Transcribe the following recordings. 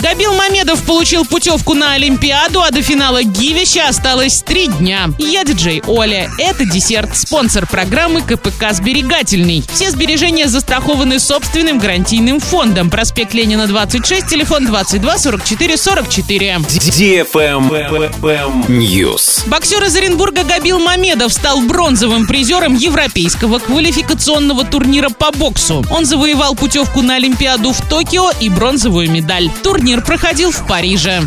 Габил Мамедов получил путевку на Олимпиаду, а до финала Гивища осталось 3 дня. Я диджей Оля. Это десерт. Спонсор программы КПК «Сберегательный». Все сбережения застрахованы собственным гарантийным фондом. Проспект Ленина, 26, телефон 22 44 44. News. Боксер из Оренбурга Габил Мамедов стал бронзовым призером Европейского квалификационного турнира по боксу. Он завоевал путевку на Олимпиаду в Токио и бронзовую медаль. Турнир проходил в Париже.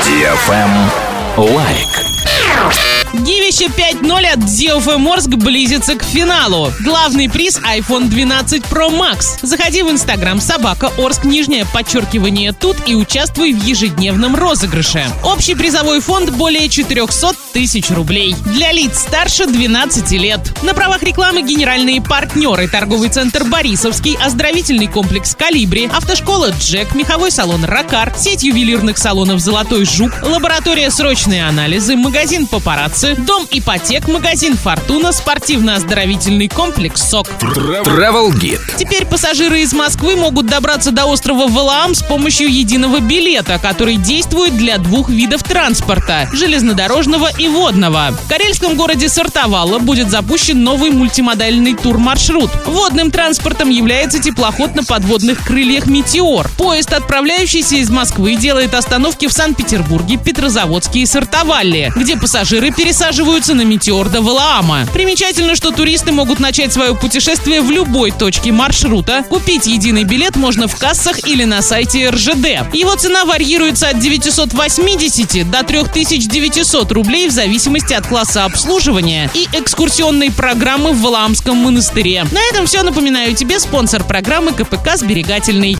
Лайк. Гивище 5.0 от DFM Орск близится к финалу. Главный приз iPhone 12 Pro Max. Заходи в Instagram @Орск _тут и участвуй в ежедневном розыгрыше. Общий призовой фонд более 400 тысяч рублей. Для лиц старше 12 лет. На правах рекламы генеральные партнеры: торговый центр Борисовский, оздоровительный комплекс Калибри, автошкола Джек, меховой салон Ракар, сеть ювелирных салонов Золотой Жук, лаборатория Срочные анализы, магазин Папарацци, дом ипотек, магазин Фортуна, спортивно-оздоровительный комплекс СОК. Travel Guide. Теперь пассажиры из Москвы могут добраться до острова Валаам с помощью единого билета, который действует для 2 видов транспорта – железнодорожного и водного. В карельском городе Сартовало будет запущен новый мультимодальный турмаршрут. Водным транспортом является теплоход на подводных крыльях «Метеор». Поезд, отправляющийся из Москвы, делает остановки в Санкт-Петербурге, Петрозаводске и Сартовалле, где пассажиры пересаживаются на «Метеор» до Валаама. Примечательно, что туристы могут начать свое путешествие в любой точке маршрута. Купить единый билет можно в кассах или на сайте РЖД. Его цена варьируется от 980 до 3900 рублей в зависимости от класса обслуживания и экскурсионной программы в Валаамском монастыре. На этом все. Напоминаю тебе, спонсор программы КПК «Сберегательный».